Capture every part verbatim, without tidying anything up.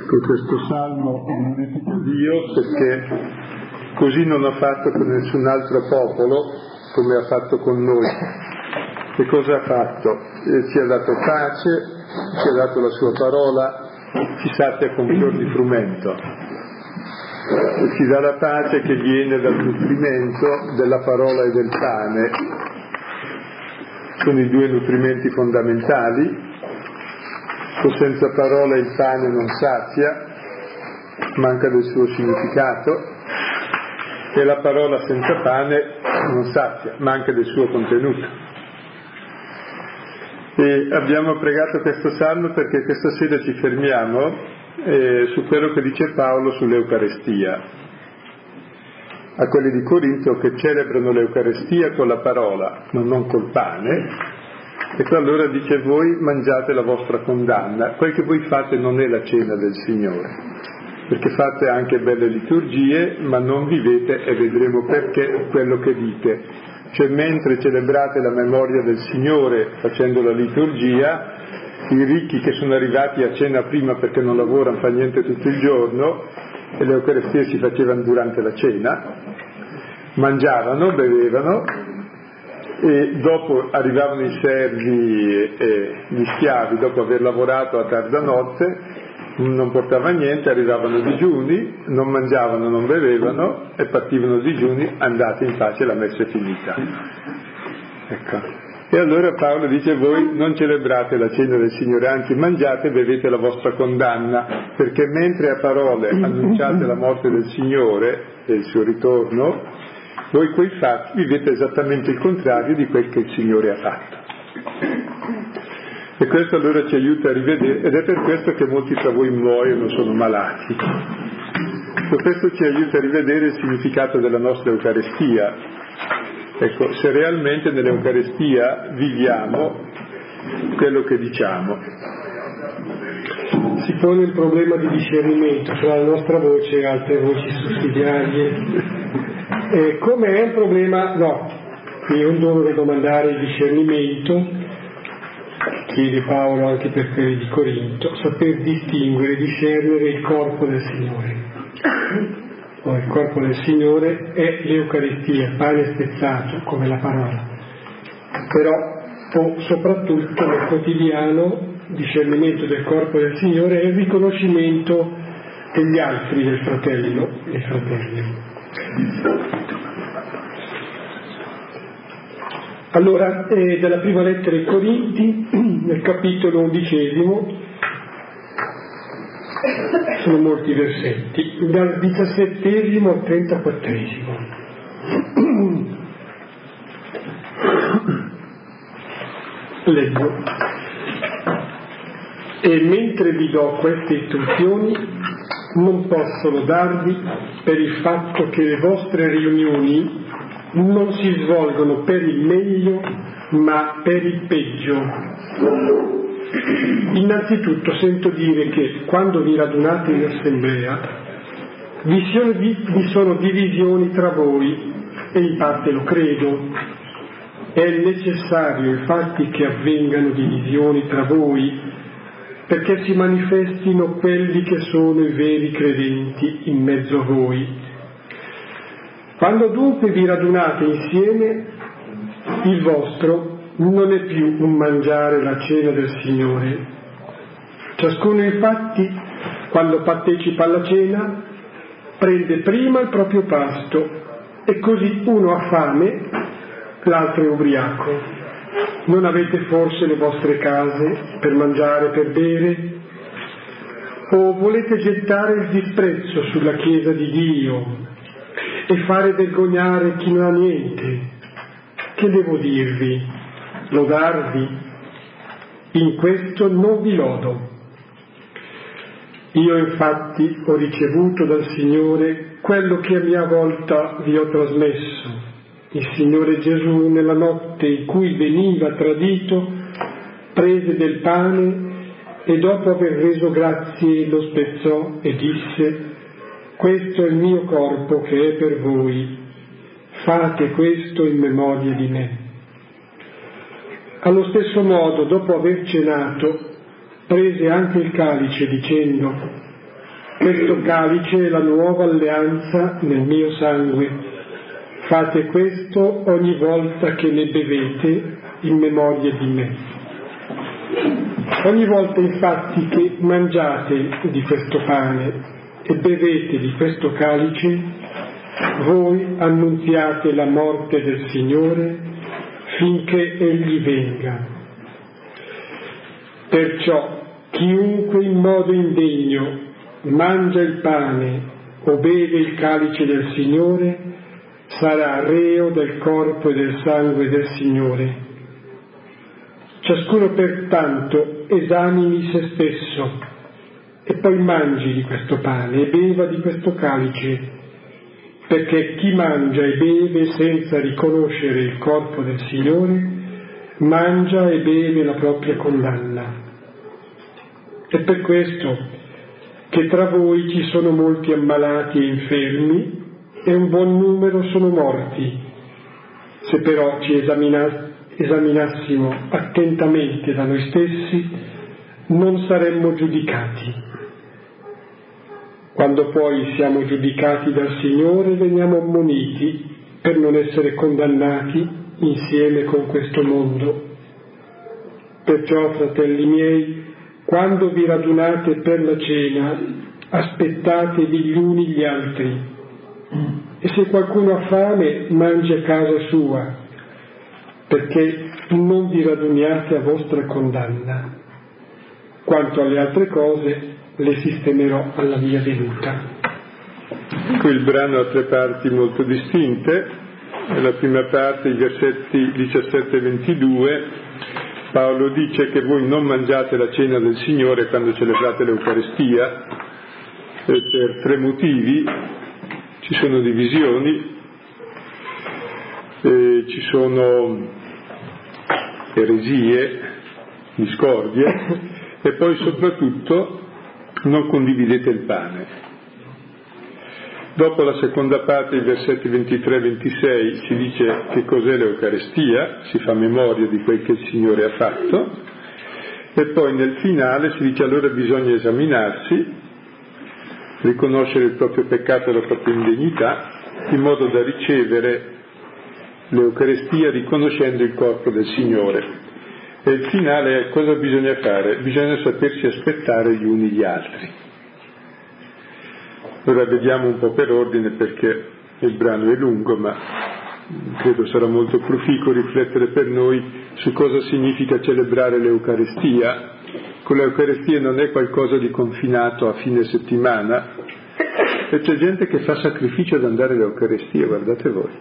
Con questo salmo glorifica Dio perché così non ha fatto con nessun altro popolo come ha fatto con noi. Che cosa ha fatto? Eh, ci ha dato pace, ci ha dato la sua parola, ci sazia con fior di frumento. E ci dà la pace che viene dal nutrimento della parola e del pane. Sono i due nutrimenti fondamentali. Senza parola il pane non sazia, manca del suo significato, e la parola senza pane non sazia, manca del suo contenuto. E abbiamo pregato questo salmo perché questa sera ci fermiamo eh, su quello che dice Paolo sull'Eucarestia, a quelli di Corinto che celebrano l'Eucarestia con la parola ma non col pane. E allora dice: voi mangiate la vostra condanna, quel che voi fate non è la cena del Signore, perché fate anche belle liturgie ma non vivete, e vedremo perché, quello che dite. Cioè, mentre celebrate la memoria del Signore facendo la liturgia, i ricchi che sono arrivati a cena prima perché non lavorano, fanno niente tutto il giorno, e le Eucaristie si facevano durante la cena, mangiavano, bevevano, e dopo arrivavano i servi e gli schiavi, dopo aver lavorato a tarda notte, non portava niente, arrivavano digiuni, non mangiavano, non bevevano e partivano digiuni, andate in pace, la messa è finita. Ecco. E allora Paolo dice: voi non celebrate la cena del Signore, anzi mangiate e bevete la vostra condanna, perché mentre a parole annunciate la morte del Signore e il suo ritorno, voi quei fatti vivete esattamente il contrario di quel che il Signore ha fatto. E questo allora ci aiuta a rivedere, ed è per questo che molti tra voi muoiono, sono malati. E questo ci aiuta a rivedere il significato della nostra Eucaristia. Ecco, se realmente nell'Eucaristia viviamo quello che diciamo. Si pone il problema di discernimento tra la nostra voce e altre voci sussidiarie. Eh, come è un problema, no, qui è un dono da domandare il discernimento, chiede Paolo anche per quelli di Corinto, saper distinguere, discernere il corpo del Signore. Oh, il corpo del Signore è l'Eucaristia, pane spezzato come la parola, però o soprattutto nel quotidiano discernimento del corpo del Signore è il riconoscimento degli altri, del fratello e fratelli. Allora, eh, dalla prima lettera ai Corinti, nel capitolo undicesimo, sono molti versetti, dal diciassettesimo al trentaquattresimo. Leggo. E mentre vi do queste istruzioni, non possono darvi per il fatto che le vostre riunioni non si svolgono per il meglio ma per il peggio. Innanzitutto sento dire che quando vi radunate in assemblea vi sono, vi sono divisioni tra voi, e in parte lo credo. È necessario infatti che avvengano divisioni tra voi perché si manifestino quelli che sono i veri credenti in mezzo a voi. Quando dunque vi radunate insieme, il vostro non è più un mangiare la cena del Signore. Ciascuno infatti, quando partecipa alla cena, prende prima il proprio pasto, e così uno ha fame, l'altro è ubriaco. Non avete forse le vostre case per mangiare e per bere? O volete gettare il disprezzo sulla Chiesa di Dio e fare vergognare chi non ha niente? Che devo dirvi? Lodarvi? In questo non vi lodo. Io infatti ho ricevuto dal Signore quello che a mia volta vi ho trasmesso. Il Signore Gesù, nella notte in cui veniva tradito, prese del pane e dopo aver reso grazie lo spezzò e disse: questo è il mio corpo che è per voi, fate questo in memoria di me. Allo stesso modo, dopo aver cenato, prese anche il calice dicendo: Questo calice è la nuova alleanza nel mio sangue. Fate questo ogni volta che ne bevete in memoria di me. Ogni volta infatti che mangiate di questo pane e bevete di questo calice, voi annunziate la morte del Signore finché Egli venga. Perciò chiunque in modo indegno mangia il pane o beve il calice del Signore sarà reo del corpo e del sangue del Signore. Ciascuno pertanto esamini se stesso e poi mangi di questo pane e beva di questo calice, perché chi mangia e beve senza riconoscere il corpo del Signore mangia e beve la propria condanna. È per questo che tra voi ci sono molti ammalati e infermi e un buon numero sono morti. Se però ci esamina- esaminassimo attentamente da noi stessi, non saremmo giudicati. Quando poi siamo giudicati dal Signore, veniamo ammoniti per non essere condannati insieme con questo mondo. Perciò, fratelli miei, quando vi radunate per la cena, aspettatevi gli uni gli altri. E se qualcuno ha fame, mangi a casa sua, perché non vi raduniate a vostra condanna. Quanto alle altre cose, le sistemerò alla mia venuta. Qui il brano ha tre parti molto distinte. Nella prima parte, i versetti diciassette e ventidue, Paolo dice che voi non mangiate la cena del Signore quando celebrate l'Eucaristia, per tre motivi. Ci sono divisioni, eh, ci sono eresie, discordie, e poi soprattutto non condividete il pane. Dopo la seconda parte, i versetti ventitré e ventisei, si dice che cos'è l'Eucaristia, si fa memoria di quel che il Signore ha fatto, e poi nel finale si dice allora bisogna esaminarsi, riconoscere il proprio peccato e la propria indegnità, in modo da ricevere l'Eucaristia riconoscendo il corpo del Signore. E il finale è cosa bisogna fare? Bisogna sapersi aspettare gli uni gli altri. Ora vediamo un po' per ordine, perché il brano è lungo, ma credo sarà molto proficuo riflettere per noi su cosa significa celebrare l'Eucaristia. Con l'Eucaristia non è qualcosa di confinato a fine settimana, e c'è gente che fa sacrificio ad andare all'Eucaristia, guardate voi.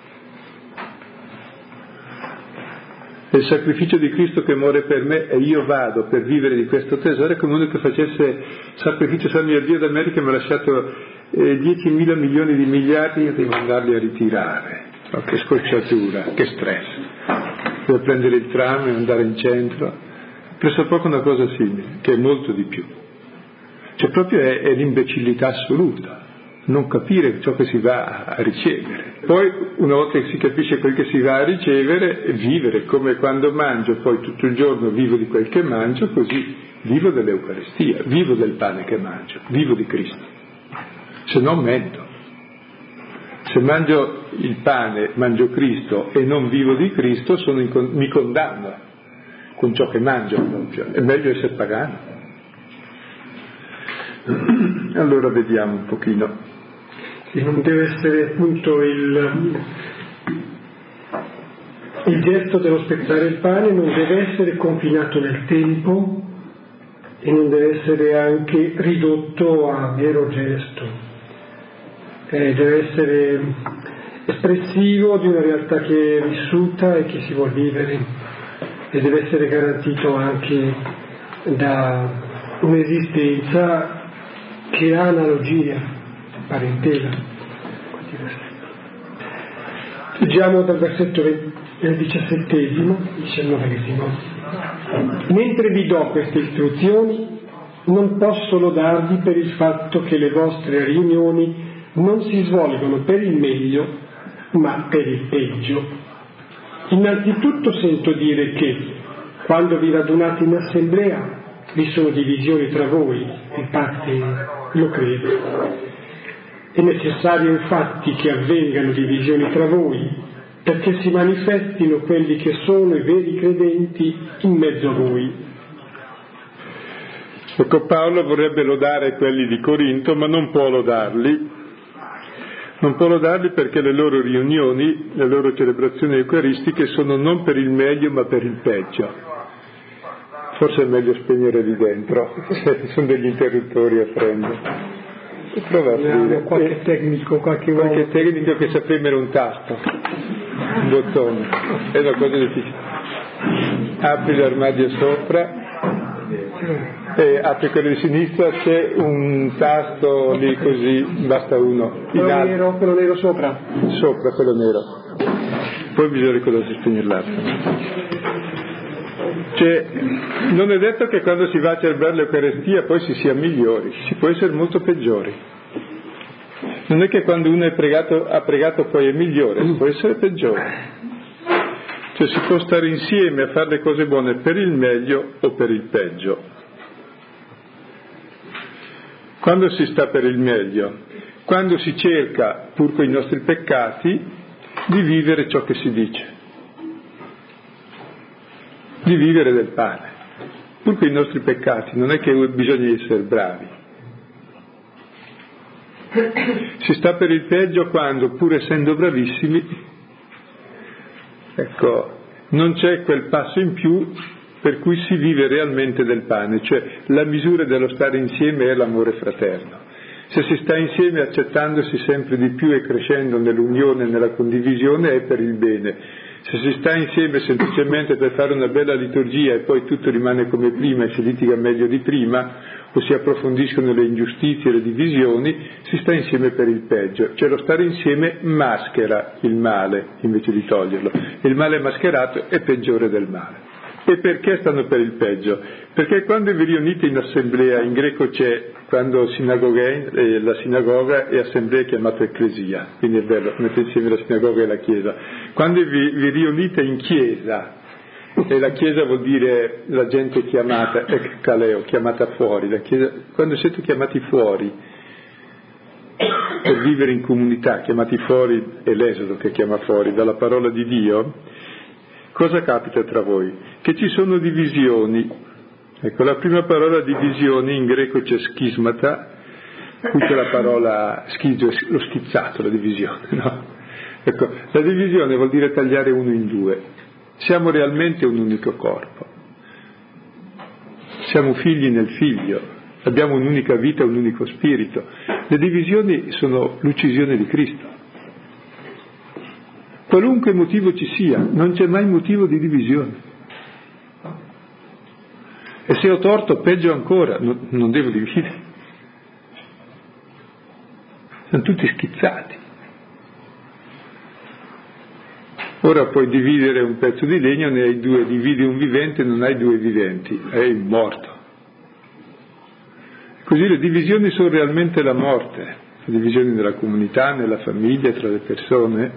È il sacrificio di Cristo che muore per me e io vado per vivere di questo tesoro. È come uno che facesse sacrificio, sa mio Dio d'America mi ha lasciato eh, diecimila milioni di miliardi, io devo andarli a ritirare. Oh, che scocciatura, che stress. Devo prendere il tram e andare in centro. Presso poco una cosa simile, che è molto di più. Cioè proprio è, è l'imbecillità assoluta, non capire ciò che si va a ricevere. Poi, una volta che si capisce quel che si va a ricevere, vivere come quando mangio, poi tutto il giorno vivo di quel che mangio, così vivo dell'Eucaristia, vivo del pane che mangio, vivo di Cristo. Se no mento. Se mangio il pane, mangio Cristo e non vivo di Cristo, sono in, mi condanno con ciò che mangio proprio. È meglio essere pagano. Allora vediamo un pochino. Sì, non deve essere appunto il, il gesto dello spezzare il pane non deve essere confinato nel tempo e non deve essere anche ridotto a mero gesto, eh, deve essere espressivo di una realtà che è vissuta e che si vuol vivere, e deve essere garantito anche da un'esistenza che ha analogia, parentela. Leggiamo dal versetto diciassettesimo, diciannovesimo. Mentre vi do queste istruzioni, non posso lodarvi per il fatto che le vostre riunioni non si svolgono per il meglio, ma per il peggio. Innanzitutto sento dire che, quando vi radunate in assemblea, vi sono divisioni tra voi, in parte lo credo. È necessario infatti che avvengano divisioni tra voi, perché si manifestino quelli che sono i veri credenti in mezzo a voi. Ecco, Paolo vorrebbe lodare quelli di Corinto, ma non può lodarli. Non può lodarli perché le loro riunioni, le loro celebrazioni eucaristiche sono non per il meglio ma per il peggio. Forse è meglio spegnere lì dentro, sono degli interruttori a prendere. Prova a dire. Qualche tecnico, qualche, qualche tecnico che sa premere un tasto, un bottone, è una cosa difficile. Apri l'armadio sopra e apri quello di sinistra, c'è un tasto lì così, basta uno. Quello nero, quello nero sopra? Sopra, quello nero. Poi bisogna ricordarsi di spegnere l'altro. Cioè, non è detto che quando si va a celebrare l'Eucaristia poi si sia migliori, si può essere molto peggiori. Non è che quando uno è pregato, ha pregato poi è migliore, si può essere peggiore. Cioè si può stare insieme a fare le cose buone per il meglio o per il peggio. Quando si sta per il meglio? Quando si cerca, pur con i nostri peccati, di vivere ciò che si dice. Di vivere del pane, pur con i nostri peccati, non è che bisogna essere bravi. Si sta per il peggio quando, pur essendo bravissimi, ecco, non c'è quel passo in più per cui si vive realmente del pane, cioè la misura dello stare insieme è l'amore fraterno. Se si sta insieme accettandosi sempre di più e crescendo nell'unione e nella condivisione è per il bene. Se si sta insieme semplicemente per fare una bella liturgia e poi tutto rimane come prima e si litiga meglio di prima, o si approfondiscono le ingiustizie e le divisioni, si sta insieme per il peggio. Cioè lo stare insieme maschera il male invece di toglierlo. Il male mascherato è peggiore del male. E perché stanno per il peggio? Perché quando vi riunite in assemblea, in greco c'è, quando sinagoga, eh, la sinagoga e assemblea è chiamata ecclesia, quindi è bello, mette insieme la sinagoga e la chiesa. Quando vi, vi riunite in chiesa, e la chiesa vuol dire la gente chiamata, ekkaleo, chiamata fuori, la chiesa, quando siete chiamati fuori per vivere in comunità, chiamati fuori, è l'Esodo che chiama fuori, dalla parola di Dio, cosa capita tra voi? Che ci sono divisioni. Ecco, la prima parola divisioni in greco c'è schismata, qui c'è la parola schizzo, lo schizzato, la divisione, no? Ecco, la divisione vuol dire tagliare uno in due. Siamo realmente un unico corpo. Siamo figli nel figlio, abbiamo un'unica vita, un unico spirito. Le divisioni sono l'uccisione di Cristo. Qualunque motivo ci sia, non c'è mai motivo di divisione. E se ho torto, peggio ancora, no, non devo dividere. Sono tutti schizzati. Ora puoi dividere un pezzo di legno, ne hai due, dividi un vivente, non hai due viventi, hai un morto. Così le divisioni sono realmente la morte, le divisioni nella comunità, nella famiglia, tra le persone.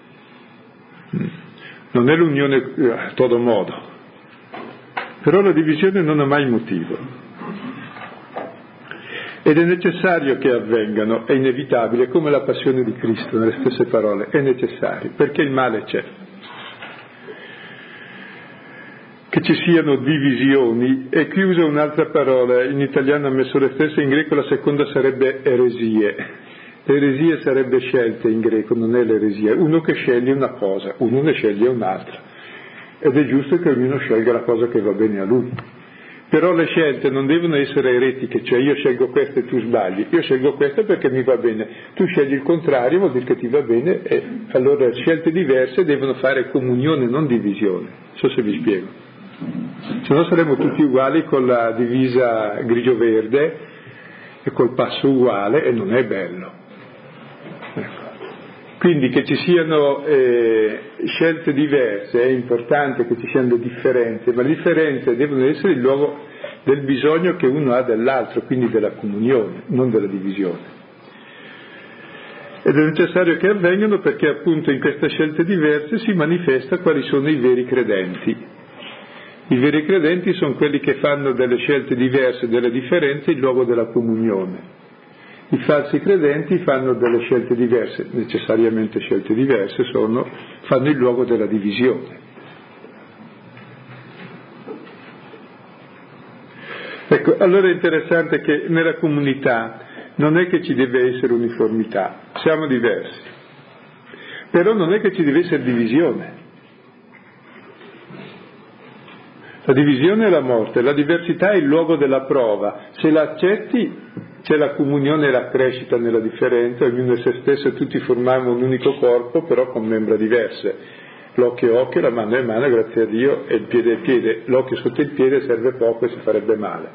Non è l'unione a todo modo. Però la divisione non ha mai motivo. Ed è necessario che avvengano, è inevitabile, come la passione di Cristo, nelle stesse parole, è necessario, perché il male c'è. Che ci siano divisioni, e qui usa un'altra parola, in italiano ha messo le stesse, in greco la seconda sarebbe eresie. L'eresia sarebbe scelte in greco, non è l'eresia, uno che sceglie una cosa, uno ne sceglie un'altra. Ed è giusto che ognuno scelga la cosa che va bene a lui. Però le scelte non devono essere eretiche, cioè io scelgo questa e tu sbagli, io scelgo questa perché mi va bene, tu scegli il contrario, vuol dire che ti va bene, e allora scelte diverse devono fare comunione, non divisione. Non so se vi spiego. Se no saremo tutti uguali con la divisa grigio-verde e col passo uguale e non è bello. Ecco. Quindi che ci siano eh, scelte diverse, è importante che ci siano differenze, ma le differenze devono essere il luogo del bisogno che uno ha dell'altro, quindi della comunione, non della divisione. Ed è necessario che avvengano perché appunto in queste scelte diverse si manifesta quali sono i veri credenti. I veri credenti sono quelli che fanno delle scelte diverse, delle differenze in luogo della comunione. I falsi credenti fanno delle scelte diverse, necessariamente scelte diverse, sono, fanno il luogo della divisione. Ecco, allora è interessante che nella comunità non è che ci deve essere uniformità, siamo diversi, però non è che ci deve essere divisione. La divisione è la morte, la diversità è il luogo della prova. Se la accetti c'è la comunione e la crescita nella differenza, ognuno è se stesso e tutti formiamo un unico corpo, però con membra diverse. L'occhio è occhio, la mano è mano, grazie a Dio, e il piede è piede. L'occhio sotto il piede serve poco e si farebbe male.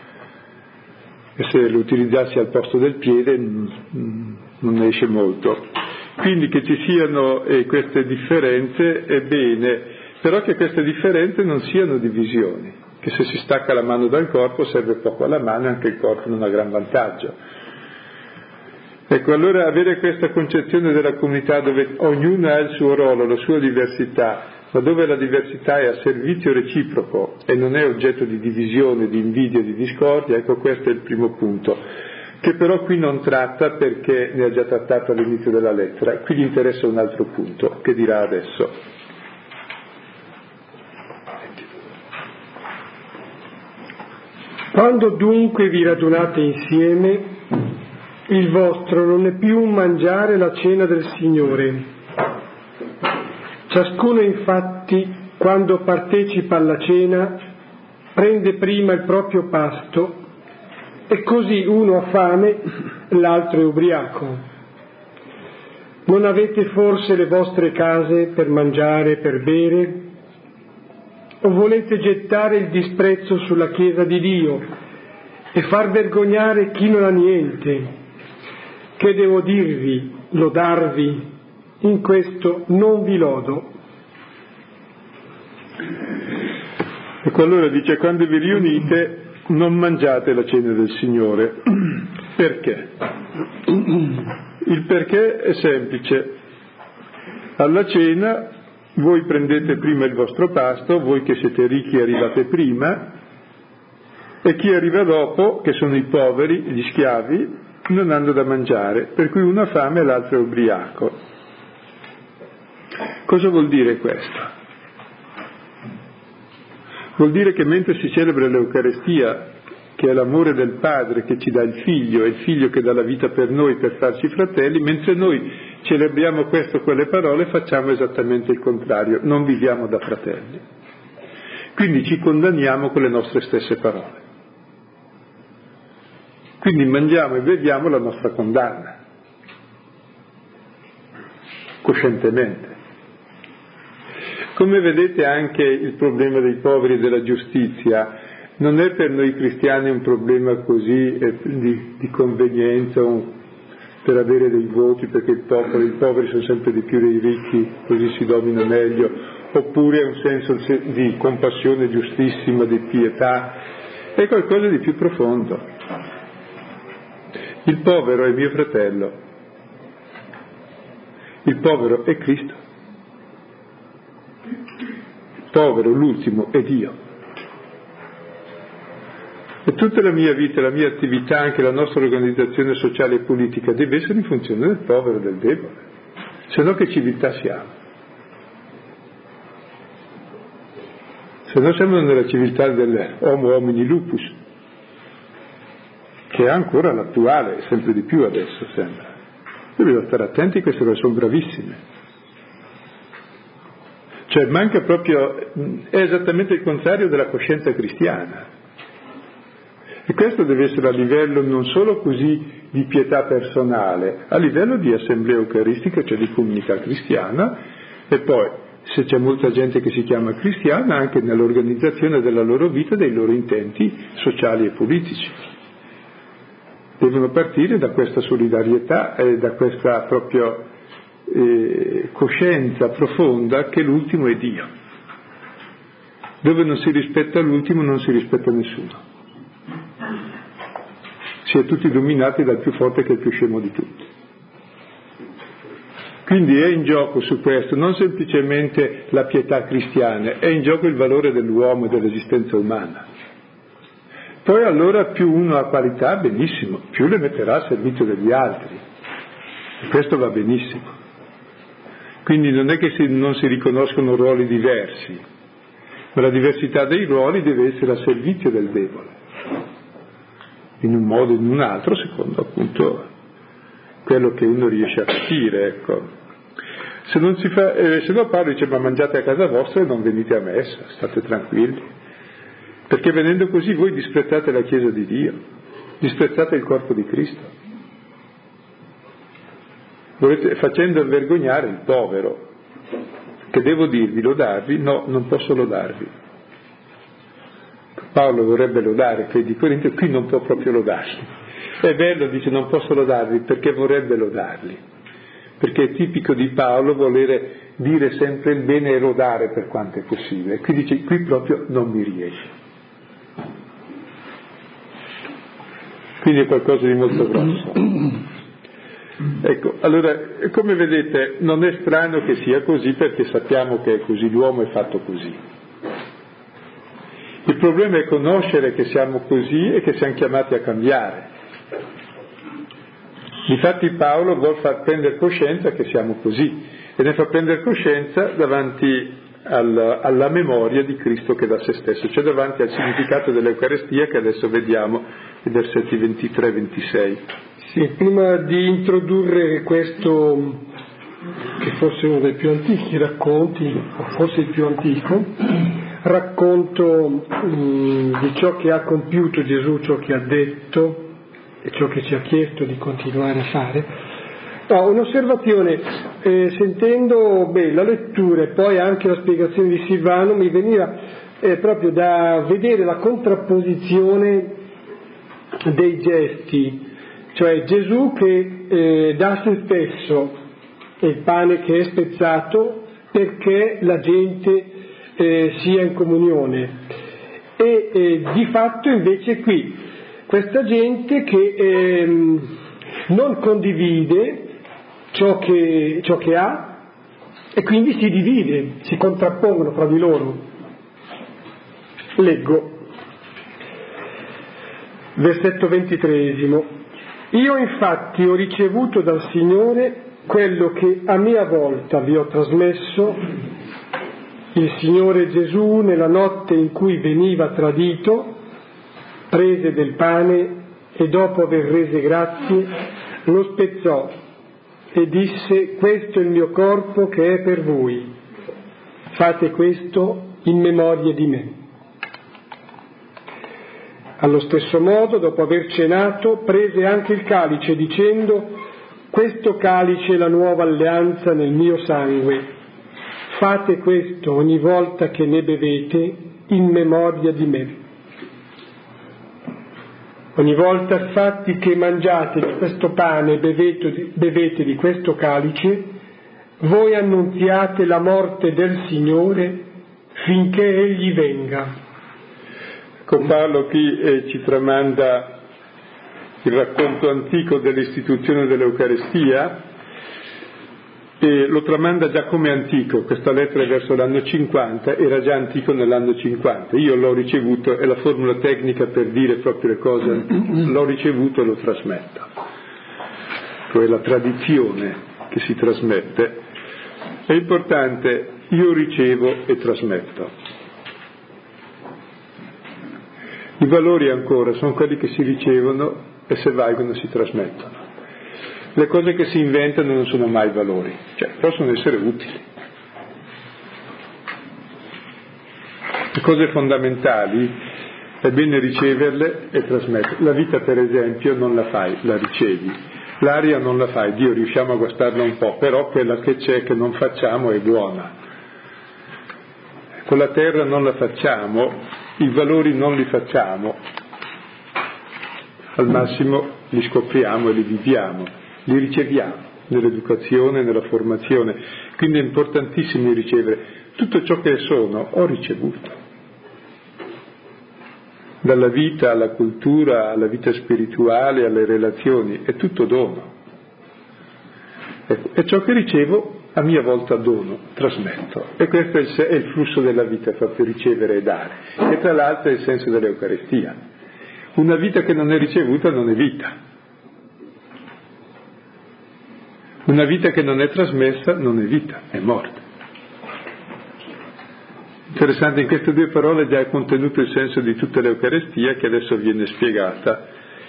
E se lo utilizzassi al posto del piede non esce molto. Quindi che ci siano eh, queste differenze è bene, però che queste differenze non siano divisioni, che se si stacca la mano dal corpo serve poco alla mano e anche il corpo non ha gran vantaggio. Ecco, allora avere questa concezione della comunità dove ognuno ha il suo ruolo, la sua diversità, ma dove la diversità è a servizio reciproco e non è oggetto di divisione, di invidia, di discordia, ecco questo è il primo punto, che però qui non tratta perché ne ha già trattato all'inizio della lettera, qui gli interessa un altro punto, che dirà adesso. Quando dunque vi radunate insieme, il vostro non è più un mangiare la cena del Signore. Ciascuno infatti, quando partecipa alla cena, prende prima il proprio pasto, e così uno ha fame, l'altro è ubriaco. Non avete forse le vostre case per mangiare e per bere? O volete gettare il disprezzo sulla Chiesa di Dio e far vergognare chi non ha niente? Che devo dirvi, lodarvi? In questo non vi lodo. Ecco, allora dice, quando vi riunite non mangiate la cena del Signore. Perché? Il perché è semplice. Alla cena voi prendete prima il vostro pasto, voi che siete ricchi arrivate prima, e chi arriva dopo, che sono i poveri, gli schiavi, non hanno da mangiare, per cui uno ha fame e l'altro è ubriaco. Cosa vuol dire questo? Vuol dire che mentre si celebra l'Eucarestia, che è l'amore del Padre che ci dà il Figlio, e il Figlio che dà la vita per noi per farci fratelli, mentre noi celebriamo questo con le parole, facciamo esattamente il contrario, non viviamo da fratelli. Quindi ci condanniamo con le nostre stesse parole. Quindi mangiamo e beviamo la nostra condanna, coscientemente. Come vedete anche il problema dei poveri e della giustizia non è per noi cristiani un problema così eh, di, di convenienza, un, per avere dei voti perché il popolo, i poveri sono sempre di più dei ricchi, così si domina meglio, oppure è un senso di compassione giustissima, di pietà, è qualcosa di più profondo. Il povero è mio fratello, il povero è Cristo, il povero, l'ultimo, è Dio. E tutta la mia vita, la mia attività, anche la nostra organizzazione sociale e politica deve essere in funzione del povero e del debole, se no che civiltà siamo? Se no siamo nella civiltà dell'homo homini lupus, che è ancora l'attuale, sempre di più adesso sembra. Dobbiamo stare attenti, queste cose sono gravissime. Cioè manca proprio, è esattamente il contrario della coscienza cristiana. E questo deve essere a livello non solo così di pietà personale, a livello di assemblea eucaristica, cioè di comunità cristiana, e poi, se c'è molta gente che si chiama cristiana, anche nell'organizzazione della loro vita, dei loro intenti sociali e politici. Devono partire da questa solidarietà e da questa proprio eh, coscienza profonda che l'ultimo è Dio. Dove non si rispetta l'ultimo non si rispetta nessuno. Si è tutti dominati dal più forte che è il più scemo di tutti. Quindi è in gioco su questo non semplicemente la pietà cristiana, è in gioco il valore dell'uomo e dell'esistenza umana. Poi allora più uno ha qualità, benissimo, più le metterà a servizio degli altri. E questo va benissimo. Quindi non è che si, non si riconoscono ruoli diversi, ma la diversità dei ruoli deve essere a servizio del debole, in un modo o in un altro, secondo appunto quello che uno riesce a capire, ecco. Se non si fa, eh, se no Paolo dice: ma mangiate a casa vostra e non venite a messa, state tranquilli, perché venendo così voi disprezzate la Chiesa di Dio, disprezzate il corpo di Cristo, volete, facendo vergognare il povero, che devo dirvi, lodarvi? No, non posso lodarvi. Paolo vorrebbe lodare quelli di Corinto, qui non può proprio lodarli. È bello, dice, non posso lodarvi perché vorrebbe lodarli, perché è tipico di Paolo volere dire sempre il bene e lodare per quanto è possibile. Qui dice, qui proprio non mi riesce. Quindi è qualcosa di molto grosso. Ecco, allora, come vedete, non è strano che sia così, perché sappiamo che è così, l'uomo è fatto così. Il problema è conoscere che siamo così e che siamo chiamati a cambiare. Difatti Paolo vuol far prendere coscienza che siamo così, e ne fa prendere coscienza davanti al, alla memoria di Cristo che da se stesso, cioè davanti al significato dell'Eucarestia, che adesso vediamo i versetti ventitré e ventisei. Sì, prima di introdurre questo, che forse è uno dei più antichi racconti, o forse il più antico, racconto mh, di ciò che ha compiuto Gesù, ciò che ha detto e ciò che ci ha chiesto di continuare a fare. No, un'osservazione, eh, sentendo beh, la lettura e poi anche la spiegazione di Silvano, mi veniva eh, proprio da vedere la contrapposizione dei gesti, cioè Gesù che eh, dà se stesso e il pane che è spezzato perché la gente eh, sia in comunione, e eh, di fatto invece qui questa gente che eh, non condivide ciò che, ciò che ha, e quindi si divide, si contrappongono fra di loro. Leggo versetto ventitreesimo. Io infatti ho ricevuto dal Signore quello che a mia volta vi ho trasmesso. Il Signore Gesù, nella notte in cui veniva tradito, prese del pane e dopo aver rese grazie lo spezzò e disse: questo è il mio corpo che è per voi, fate questo in memoria di me. Allo stesso modo, dopo aver cenato, prese anche il calice dicendo: questo calice è la nuova alleanza nel mio sangue, fate questo ogni volta che ne bevete in memoria di me. Ogni volta infatti che mangiate di questo pane e bevete, bevete di questo calice, voi annunziate la morte del Signore finché Egli venga. Con Paolo qui eh, ci tramanda il racconto antico dell'istituzione dell'Eucarestia, e lo tramanda già come antico. Questa lettera è verso l'anno cinquanta, era già antico nell'anno cinquanta. Io l'ho ricevuto, è la formula tecnica per dire proprio le cose antiche, l'ho ricevuto e lo trasmetto. Cioè la tradizione che si trasmette è importante, io ricevo e trasmetto. I valori ancora sono quelli che si ricevono e se valgono si trasmettono. Le cose che si inventano non sono mai valori, cioè possono essere utili. Le cose fondamentali è bene riceverle e trasmetterle. La vita, per esempio, non la fai, la ricevi. L'aria non la fai, Dio riusciamo a guastarla un po', però quella che c'è, che non facciamo, è buona. Con la terra non la facciamo, i valori non li facciamo, al massimo li scopriamo e li viviamo, li riceviamo nell'educazione, nella formazione. Quindi è importantissimo ricevere. Tutto ciò che sono ho ricevuto, dalla vita alla cultura, alla vita spirituale, alle relazioni, è tutto dono. Ecco, e ciò che ricevo a mia volta dono, trasmetto. E questo è il, è il flusso della vita, proprio ricevere e dare. E tra l'altro è il senso dell'Eucaristia. Una vita che non è ricevuta non è vita. Una vita che non è trasmessa non è vita, è morte. Interessante, in queste due parole già è contenuto il senso di tutta l'Eucaristia, che adesso viene spiegata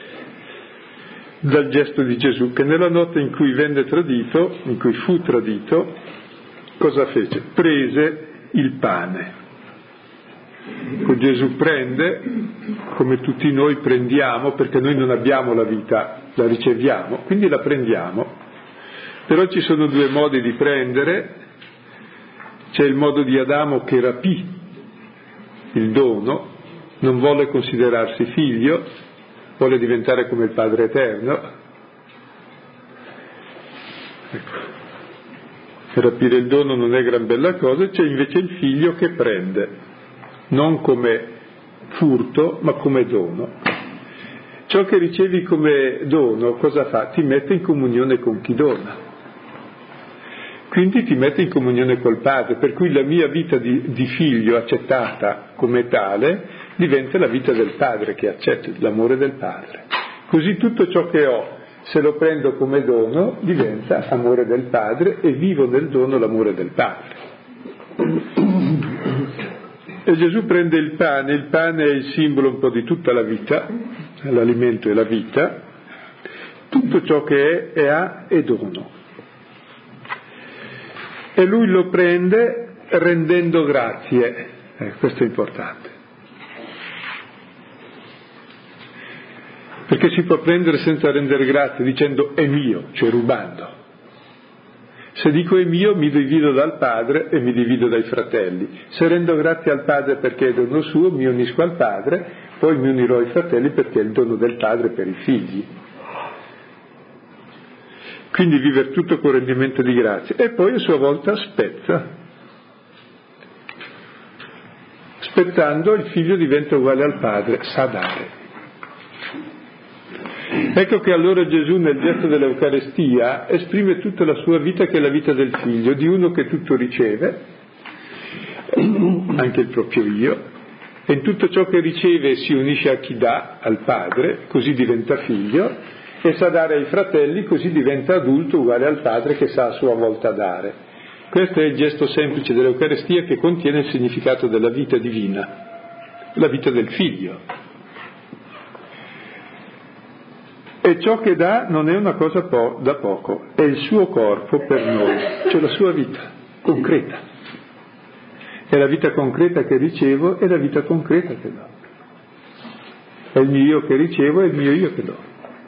dal gesto di Gesù, che nella notte in cui venne tradito, in cui fu tradito, cosa fece? Prese il pane. Ecco, Gesù prende, come tutti noi prendiamo, perché noi non abbiamo la vita, la riceviamo, quindi la prendiamo. Però ci sono due modi di prendere. C'è il modo di Adamo che rapì il dono, non vuole considerarsi figlio, vuole diventare come il Padre Eterno. Ecco. Rapire il dono non è gran bella cosa. C'è invece il figlio che prende, non come furto, ma come dono. Ciò che ricevi come dono, cosa fa? Ti mette in comunione con chi dona. Quindi ti mette in comunione col Padre, per cui la mia vita di, di figlio accettata come tale diventa la vita del Padre che accetto, l'amore del Padre. Così tutto ciò che ho, se lo prendo come dono, diventa amore del Padre e vivo nel dono l'amore del Padre. E Gesù prende il pane, il pane è il simbolo un po' di tutta la vita, l'alimento è la vita, tutto ciò che è, è ha e dono. E lui lo prende rendendo grazie, eh, questo è importante, perché si può prendere senza rendere grazie dicendo è mio, cioè rubando. Se dico è mio mi divido dal Padre e mi divido dai fratelli. Se rendo grazie al Padre perché è dono suo, mi unisco al Padre, poi mi unirò ai fratelli perché è il dono del Padre per i figli. Quindi vivere tutto con rendimento di grazia. E poi a sua volta spezza. Spezzando il figlio diventa uguale al padre, sa dare. Ecco che allora Gesù nel gesto dell'Eucarestia esprime tutta la sua vita, che è la vita del figlio, di uno che tutto riceve, anche il proprio io, e in tutto ciò che riceve si unisce a chi dà, al padre, così diventa figlio, e sa dare ai fratelli, così diventa adulto uguale al padre che sa a sua volta dare. Questo è il gesto semplice dell'Eucarestia che contiene il significato della vita divina, la vita del figlio. E ciò che dà non è una cosa po- da poco, è il suo corpo per noi, cioè la sua vita concreta. È la vita concreta che ricevo e la vita concreta che do. È il mio io che ricevo e il mio io che do.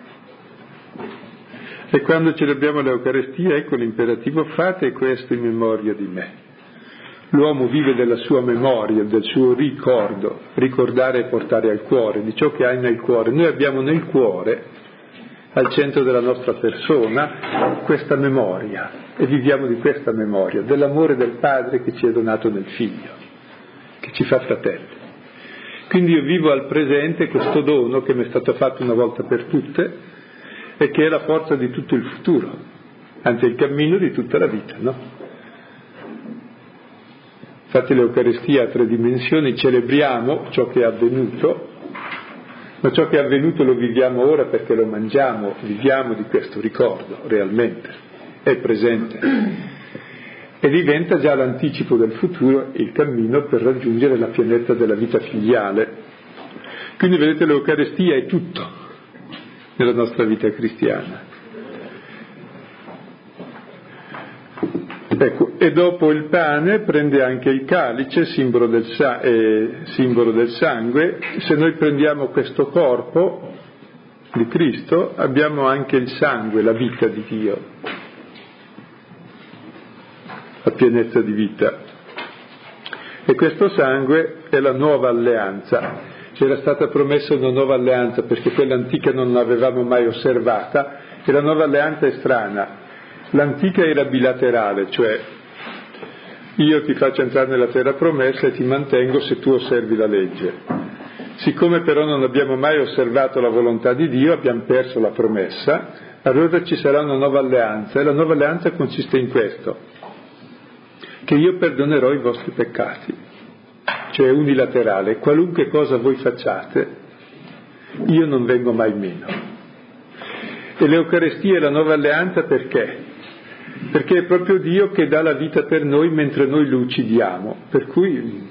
E quando celebriamo l'Eucarestia, ecco l'imperativo: fate questo in memoria di me. L'uomo vive della sua memoria, del suo ricordo, ricordare e portare al cuore, di ciò che hai nel cuore. Noi abbiamo nel cuore, al centro della nostra persona, questa memoria, e viviamo di questa memoria, dell'amore del Padre che ci è donato nel Figlio, che ci fa fratelli. Quindi io vivo al presente questo dono che mi è stato fatto una volta per tutte, e che è la forza di tutto il futuro, anzi è il cammino di tutta la vita, no? Infatti l'Eucaristia ha tre dimensioni: celebriamo ciò che è avvenuto, ma ciò che è avvenuto lo viviamo ora perché lo mangiamo, viviamo di questo ricordo realmente, è presente, e diventa già l'anticipo del futuro, il cammino per raggiungere la pienezza della vita filiale. Quindi vedete, l'Eucaristia è tutto nella nostra vita cristiana. Ecco, e dopo il pane prende anche il calice, simbolo del, sa- eh, simbolo del sangue. Se noi prendiamo questo corpo di Cristo, abbiamo anche il sangue, la vita di Dio, la pienezza di vita. E questo sangue è la nuova alleanza. C'era stata promessa una nuova alleanza perché quella antica non l'avevamo mai osservata, e la nuova alleanza è strana. L'antica era bilaterale, cioè io ti faccio entrare nella terra promessa e ti mantengo se tu osservi la legge. Siccome però non abbiamo mai osservato la volontà di Dio, abbiamo perso la promessa, allora ci sarà una nuova alleanza, e la nuova alleanza consiste in questo, che io perdonerò i vostri peccati, cioè unilaterale, qualunque cosa voi facciate, io non vengo mai meno. E l'Eucarestia è la nuova alleanza perché? Perché è proprio Dio che dà la vita per noi mentre noi lo uccidiamo, per cui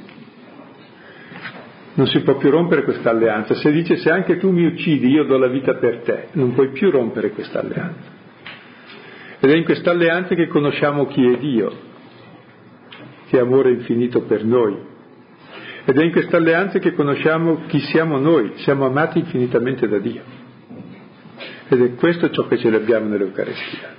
non si può più rompere questa alleanza. Se dice se anche tu mi uccidi io do la vita per te, non puoi più rompere questa alleanza. Ed è in questa alleanza che conosciamo chi è Dio, che è amore infinito per noi. Ed è in questa alleanza che conosciamo chi siamo noi, siamo amati infinitamente da Dio. Ed è questo ciò che celebriamo nell'Eucarestia.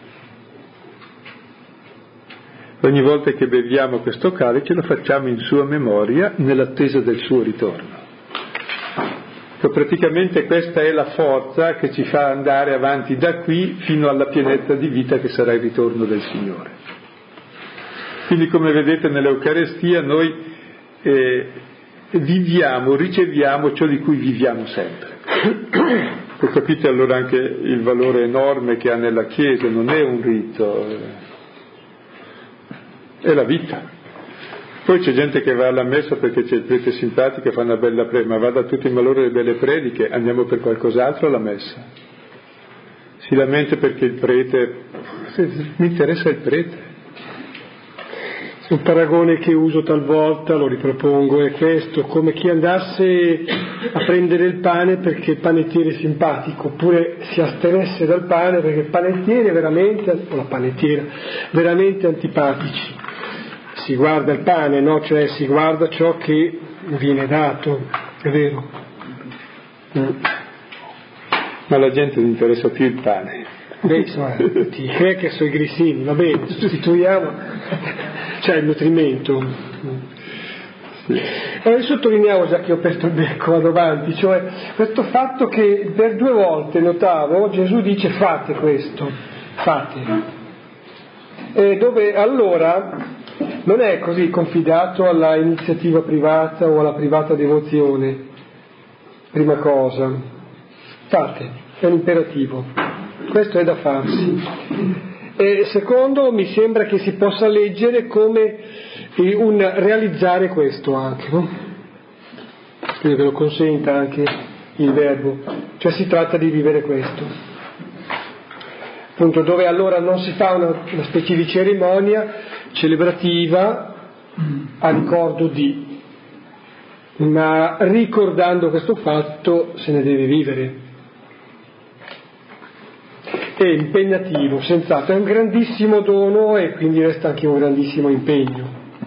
Ogni volta che beviamo questo calice lo facciamo in sua memoria, nell'attesa del suo ritorno. Che praticamente questa è la forza che ci fa andare avanti da qui fino alla pienezza di vita che sarà il ritorno del Signore. Quindi, come vedete nell'Eucarestia noi eh, viviamo, riceviamo ciò di cui viviamo sempre. E capite allora anche il valore enorme che ha nella Chiesa, non è un rito, eh, è la vita. Poi c'è gente che va alla messa perché c'è il prete simpatico e fa una bella predica, ma vada tutti in valore le belle prediche, andiamo per qualcos'altro alla messa. Si lamenta perché il prete, mi interessa il prete. Un paragone che uso talvolta, lo ripropongo, è questo: come chi andasse a prendere il pane perché il panettiere è simpatico, oppure si astenesse dal pane perché il panettiere è veramente, o la panettiera, veramente antipatici. Si guarda il pane, no? Cioè si guarda ciò che viene dato, è vero? Mm. Ma la gente non interessa più il pane. Beh, insomma, ti è che sono i grissini, va bene, sostituiamo, cioè il nutrimento. Sì. E sottolineavo, già che ho aperto il becco, vado avanti, cioè questo fatto che per due volte notavo Gesù dice fate questo, fate. E dove allora non è così confidato alla iniziativa privata o alla privata devozione, prima cosa, fate, è un imperativo, questo è da farsi. E secondo, mi sembra che si possa leggere come un realizzare questo anche, no? Credo che lo consenta anche il verbo, cioè si tratta di vivere questo. Appunto, dove allora non si fa una, una specie di cerimonia celebrativa a ricordo di, ma ricordando questo fatto se ne deve vivere. È impegnativo, senz'altro, è un grandissimo dono e quindi resta anche un grandissimo impegno.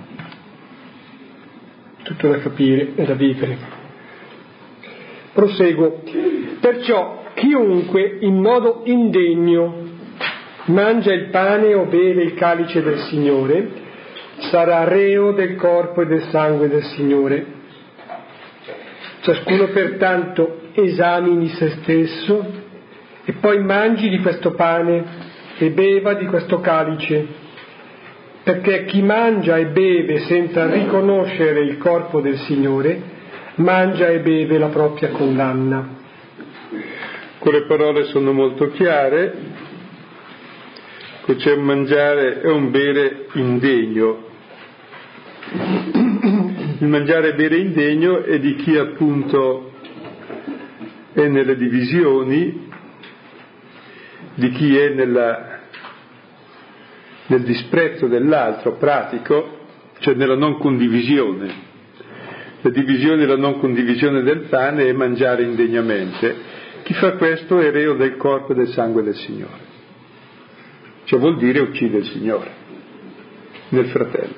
Tutto da capire e da vivere. Proseguo. Perciò chiunque in modo indegno mangia il pane o beve il calice del Signore sarà reo del corpo e del sangue del Signore. Ciascuno pertanto esamini se stesso e poi mangi di questo pane e beva di questo calice, perché chi mangia e beve senza riconoscere il corpo del Signore mangia e beve la propria condanna. Quelle parole sono molto chiare. C'è un mangiare e un bere indegno. Il mangiare e bere indegno è di chi appunto è nelle divisioni, di chi è nella, nel disprezzo dell'altro pratico, cioè nella non condivisione. La divisione e la non condivisione del pane è mangiare indegnamente. Chi fa questo è reo del corpo e del sangue del Signore. Cioè vuol dire uccide il Signore nel fratello.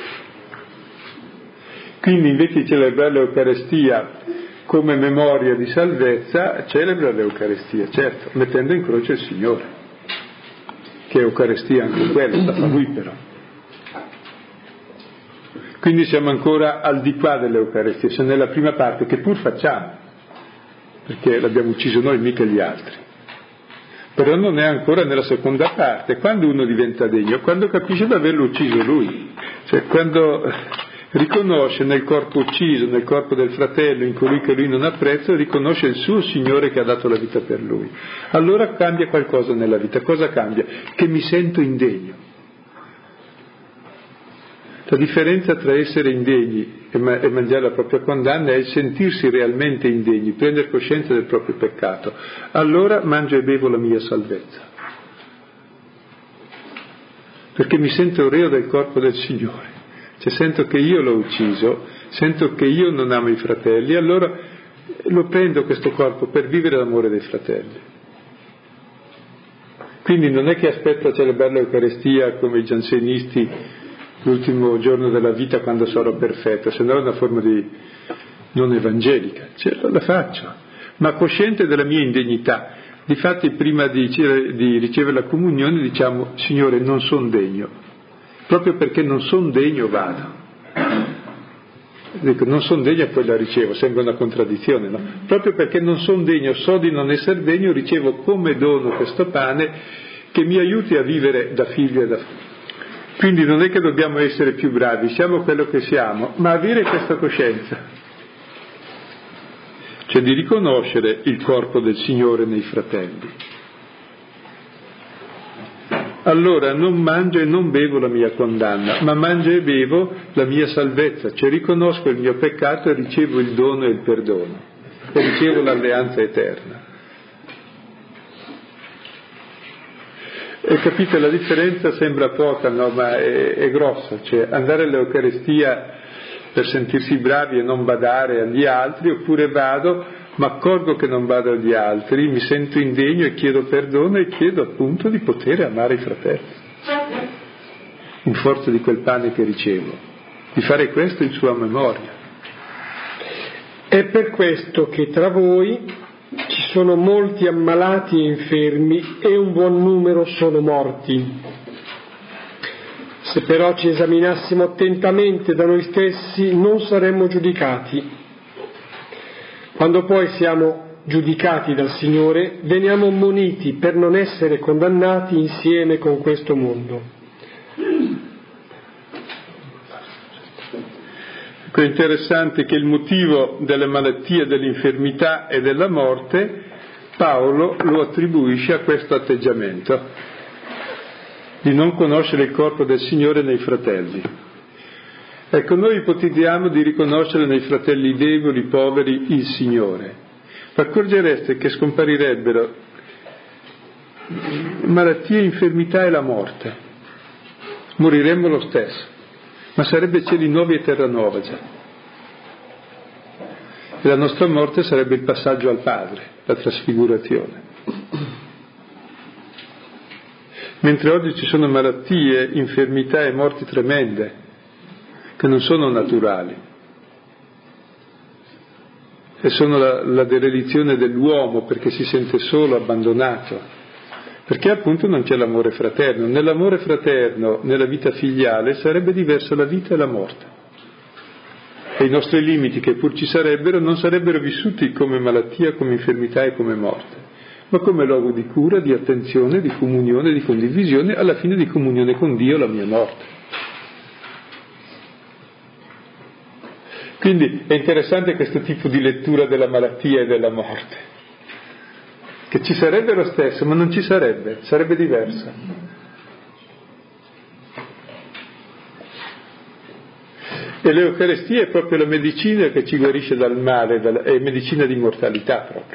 Quindi invece di celebrare l'Eucarestia come memoria di salvezza, celebra l'Eucarestia, certo, mettendo in croce il Signore, che è Eucarestia anche quella, la fa Lui però. Quindi siamo ancora al di qua dell'Eucarestia, siamo nella prima parte che pur facciamo, perché l'abbiamo ucciso noi, mica gli altri. Però non è ancora nella seconda parte. Quando uno diventa degno? Quando capisce di averlo ucciso lui, cioè quando riconosce nel corpo ucciso, nel corpo del fratello, in colui che lui non apprezza, riconosce il suo Signore che ha dato la vita per lui. Allora cambia qualcosa nella vita. Cosa cambia? Che mi sento indegno. La differenza tra essere indegni e mangiare la propria condanna è il sentirsi realmente indegni, prendere coscienza del proprio peccato. Allora mangio e bevo la mia salvezza, perché mi sento reo del corpo del Signore, cioè sento che io l'ho ucciso, sento che io non amo i fratelli, allora lo prendo questo corpo per vivere l'amore dei fratelli. Quindi non è che aspetto a celebrare l'Eucarestia come i giansenisti l'ultimo giorno della vita quando sarò perfetto, se no è una forma di non evangelica, cioè, la faccio, ma cosciente della mia indegnità. Difatti prima di, di ricevere la comunione diciamo: Signore, non son degno, proprio perché non son degno vado. Dico, non son degno e poi la ricevo, sembra una contraddizione, no? Proprio perché non son degno, so di non essere degno, ricevo come dono questo pane che mi aiuti a vivere da figlio e da figlio. Quindi non è che dobbiamo essere più bravi, siamo quello che siamo, ma avere questa coscienza, cioè di riconoscere il corpo del Signore nei fratelli. Allora non mangio e non bevo la mia condanna, ma mangio e bevo la mia salvezza, cioè riconosco il mio peccato e ricevo il dono e il perdono, e ricevo l'alleanza eterna. E capite, la differenza sembra poca, no? Ma è, è grossa, cioè andare all'Eucarestia per sentirsi bravi e non badare agli altri, oppure vado, ma accorgo che non vado agli altri, mi sento indegno e chiedo perdono e chiedo appunto di poter amare i fratelli, in forza di quel pane che ricevo, di fare questo in sua memoria. È per questo che tra voi ci sono molti ammalati e infermi e un buon numero sono morti. Se però ci esaminassimo attentamente da noi stessi non saremmo giudicati. Quando poi siamo giudicati dal Signore veniamo ammoniti per non essere condannati insieme con questo mondo. È interessante che il motivo delle malattie, dell'infermità e della morte Paolo lo attribuisce a questo atteggiamento di non conoscere il corpo del Signore nei fratelli. Ecco, noi ipotizziamo di riconoscere nei fratelli deboli, poveri, il Signore, ma accorgereste che scomparirebbero malattie, infermità e la morte, moriremmo lo stesso. Ma sarebbe cieli nuovi e terra nuova già. E la nostra morte sarebbe il passaggio al Padre, la trasfigurazione. Mentre oggi ci sono malattie, infermità e morti tremende, che non sono naturali, e sono la, la derelizione dell'uomo perché si sente solo, abbandonato. Perché appunto non c'è l'amore fraterno. Nell'amore fraterno, nella vita filiale, sarebbe diversa la vita e la morte. E i nostri limiti, che pur ci sarebbero, non sarebbero vissuti come malattia, come infermità e come morte, ma come luogo di cura, di attenzione, di comunione, di condivisione, alla fine di comunione con Dio, la mia morte. Quindi è interessante questo tipo di lettura della malattia e della morte, che ci sarebbe lo stesso, ma non ci sarebbe, sarebbe diversa. E l'Eucarestia è proprio la medicina che ci guarisce dal male, è medicina di mortalità proprio.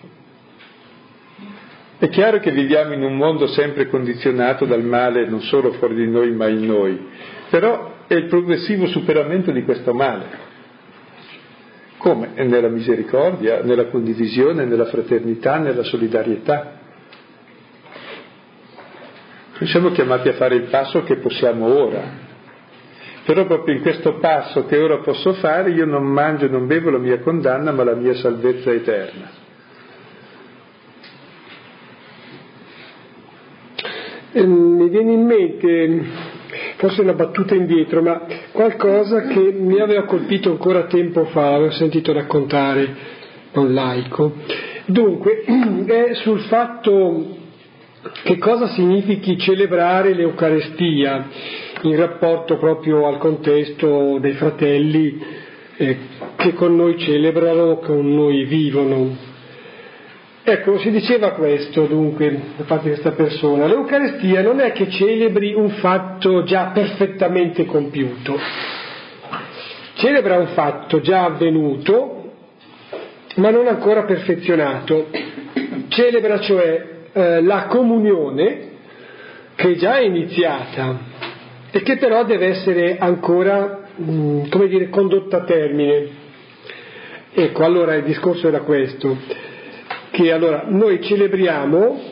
È chiaro che viviamo in un mondo sempre condizionato dal male, non solo fuori di noi ma in noi, però è il progressivo superamento di questo male. Come? Nella misericordia, nella condivisione, nella fraternità, nella solidarietà. Noi siamo chiamati a fare il passo che possiamo ora, però proprio in questo passo che ora posso fare io non mangio e non bevo la mia condanna ma la mia salvezza eterna. E mi viene in mente, forse una battuta indietro, ma qualcosa che mi aveva colpito ancora tempo fa, avevo sentito raccontare da un laico. Dunque, è sul fatto che cosa significhi celebrare l'Eucarestia in rapporto proprio al contesto dei fratelli eh, che con noi celebrano, con noi vivono. Ecco, si diceva questo dunque da parte di questa persona: l'Eucaristia non è che celebri un fatto già perfettamente compiuto, celebra un fatto già avvenuto ma non ancora perfezionato, celebra cioè eh, la comunione che già è iniziata e che però deve essere ancora, mh, come dire, condotta a termine. Ecco, allora il discorso era questo, che allora noi celebriamo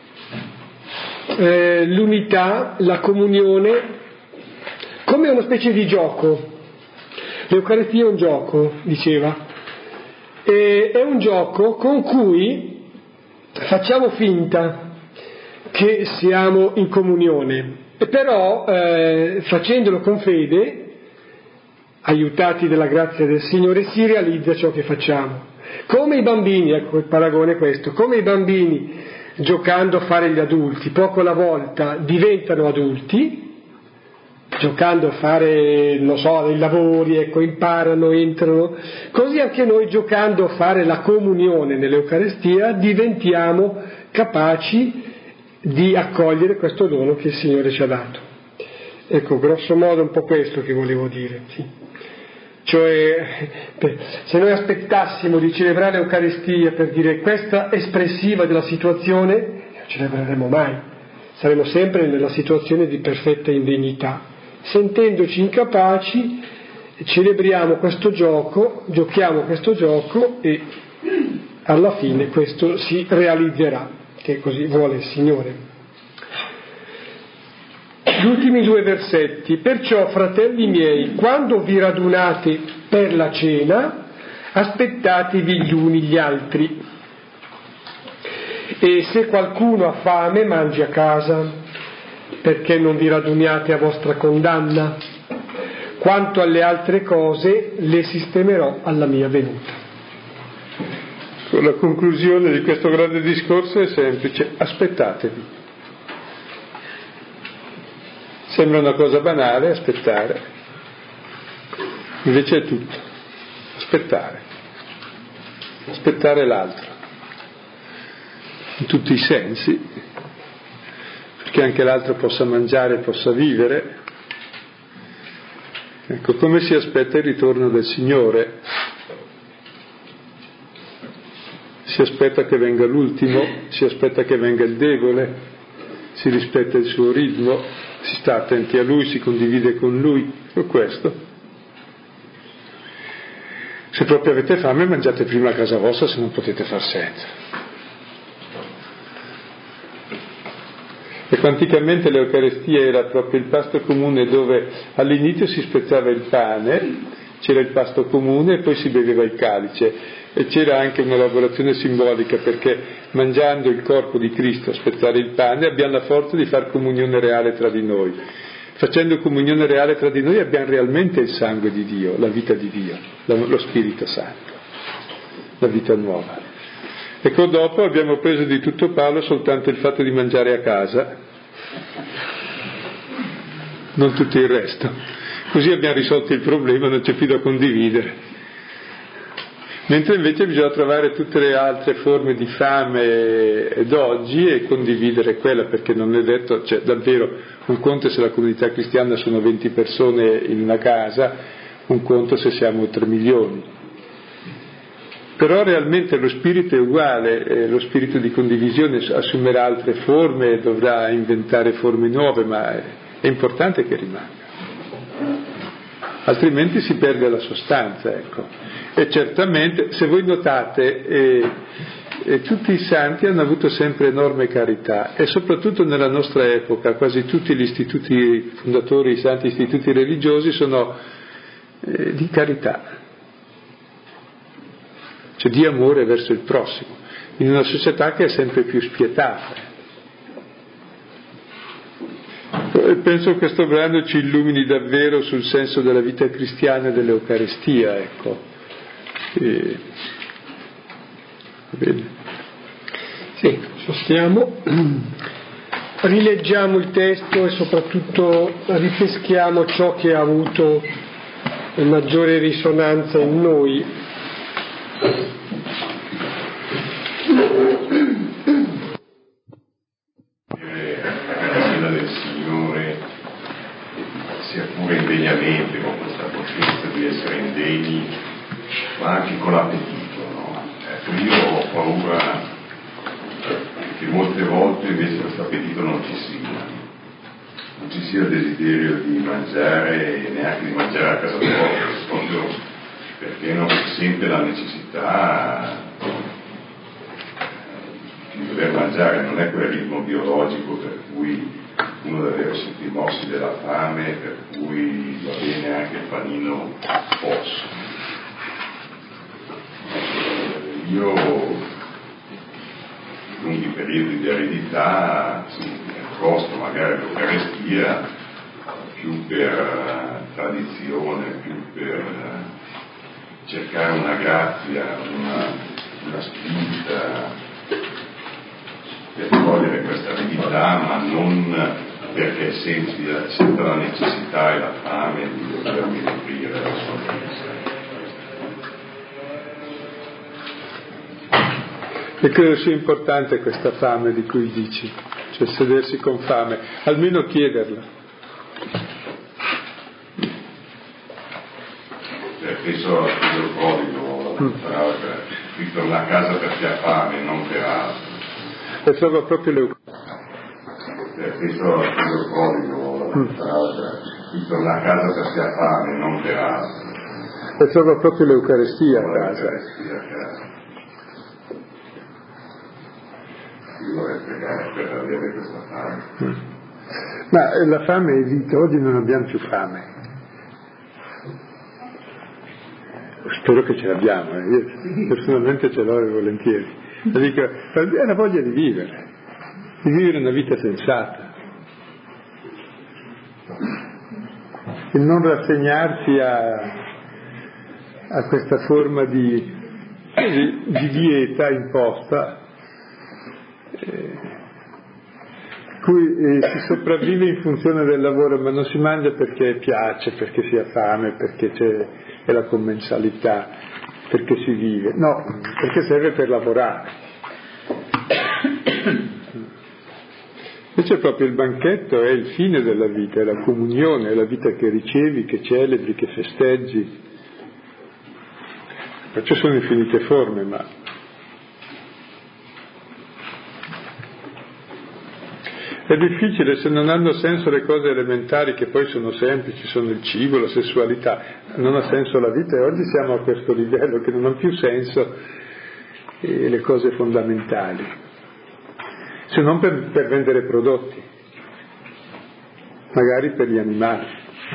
eh, l'unità, la comunione come una specie di gioco. L'Eucaristia è un gioco, diceva, e è un gioco con cui facciamo finta che siamo in comunione, e però eh, facendolo con fede, aiutati dalla grazia del Signore, si realizza ciò che facciamo. Come i bambini, ecco il paragone è questo, come i bambini giocando a fare gli adulti, poco alla volta diventano adulti, giocando a fare, non so, dei lavori, ecco, imparano, entrano, così anche noi giocando a fare la comunione nell'Eucaristia diventiamo capaci di accogliere questo dono che il Signore ci ha dato. Ecco, grosso modo un po' questo che volevo dire, sì. Cioè, se noi aspettassimo di celebrare l'Eucaristia per dire questa espressiva della situazione, non celebreremo mai, saremo sempre nella situazione di perfetta indegnità. Sentendoci incapaci, celebriamo questo gioco, giochiamo questo gioco e alla fine questo si realizzerà, che così vuole il Signore. Gli ultimi due versetti: perciò, fratelli miei, quando vi radunate per la cena, aspettatevi gli uni gli altri, e se qualcuno ha fame mangi a casa, perché non vi raduniate a vostra condanna. Quanto alle altre cose le sistemerò alla mia venuta. La conclusione di questo grande discorso è semplice: aspettatevi. Sembra una cosa banale, aspettare, invece è tutto. Aspettare, aspettare l'altro, in tutti i sensi, perché anche l'altro possa mangiare, possa vivere. Ecco, come si aspetta il ritorno del Signore? Si aspetta che venga l'ultimo, si aspetta che venga il debole, si rispetta il suo ritmo, si sta attenti a Lui, si condivide con Lui, per questo. Se proprio avete fame mangiate prima a casa vostra, se non potete far senza. Ecco, anticamente l'Eucaristia era proprio il pasto comune, dove all'inizio si spezzava il pane, c'era il pasto comune e poi si beveva il calice, e c'era anche un'elaborazione simbolica, perché mangiando il corpo di Cristo, a spezzare il pane, abbiamo la forza di far comunione reale tra di noi. Facendo comunione reale tra di noi abbiamo realmente il sangue di Dio, la vita di Dio, lo Spirito Santo, la vita nuova. Ecco, dopo abbiamo preso di tutto Paolo soltanto il fatto di mangiare a casa, non tutto il resto. Così abbiamo risolto il problema, non c'è più da condividere. Mentre invece bisogna trovare tutte le altre forme di fame d'oggi e condividere quella, perché non è detto, cioè davvero, un conto se la comunità cristiana sono venti persone in una casa, un conto se siamo tre milioni. Però realmente lo spirito è uguale, eh, lo spirito di condivisione assumerà altre forme, dovrà inventare forme nuove, ma è, è importante che rimanga, altrimenti si perde la sostanza, ecco. E certamente, se voi notate, eh, eh, tutti i santi hanno avuto sempre enorme carità, e soprattutto nella nostra epoca quasi tutti gli istituti fondatori, i santi istituti religiosi sono eh, di carità, cioè di amore verso il prossimo, in una società che è sempre più spietata. E penso che questo brano ci illumini davvero sul senso della vita cristiana e dell'Eucaristia, ecco. E... va bene. Sì, sostiamo. rileggiamo il testo e soprattutto ripeschiamo ciò che ha avuto maggiore risonanza in noi. La del Signore, sia pure indegnamente, con questa coscienza di essere indegni, ma anche con l'appetito, no? Ecco, io ho paura che molte volte invece questo appetito non ci sia, non ci sia il desiderio di mangiare e neanche di mangiare a casa propria, proprio perché non si sente la necessità di dover mangiare, non è quel ritmo biologico per cui uno deve avere sotto i mossi della fame, per cui va bene anche il panino posso. Io lunghi periodi di aridità, sì, costo magari l'Eucarestia più per uh, tradizione, più per uh, cercare una grazia, una, una spinta per togliere questa aridità, ma non perché senti, sento la necessità e la fame di dovermi nutrire della sua presenza. E credo sia importante questa fame di cui dici, cioè sedersi con fame, almeno chiederla. Cioè, penso al figlio prodigo, mm. ritorna a casa perché ha fame, non per altro. E trova proprio l'Eucaristia. Cioè, penso al figlio prodigo, mm. ritorna a casa perché ha fame, non per altro. E trova proprio l'Eucaristia a casa. L'Eucaristia a casa. Vorrei pregare per avere questa fame. Mm. Ma la fame è vita, oggi non abbiamo più fame. Spero che ce l'abbiamo, eh. Io personalmente ce l'ho e volentieri. Ma dico, è la voglia di vivere, di vivere una vita sensata. Il non rassegnarsi a, a questa forma di, di, di dieta imposta, cui eh, si sopravvive in funzione del lavoro, ma non si mangia perché piace, perché si ha fame, perché c'è è la commensalità, perché si vive, no, perché serve per lavorare. Invece proprio il banchetto è il fine della vita, è la comunione, è la vita che ricevi, che celebri, che festeggi. Perciò sono infinite forme, ma è difficile se non hanno senso le cose elementari, che poi sono semplici, sono il cibo, la sessualità, non ha senso la vita, e oggi siamo a questo livello che non ha più senso eh, le cose fondamentali, se non per, per vendere prodotti, magari per gli animali.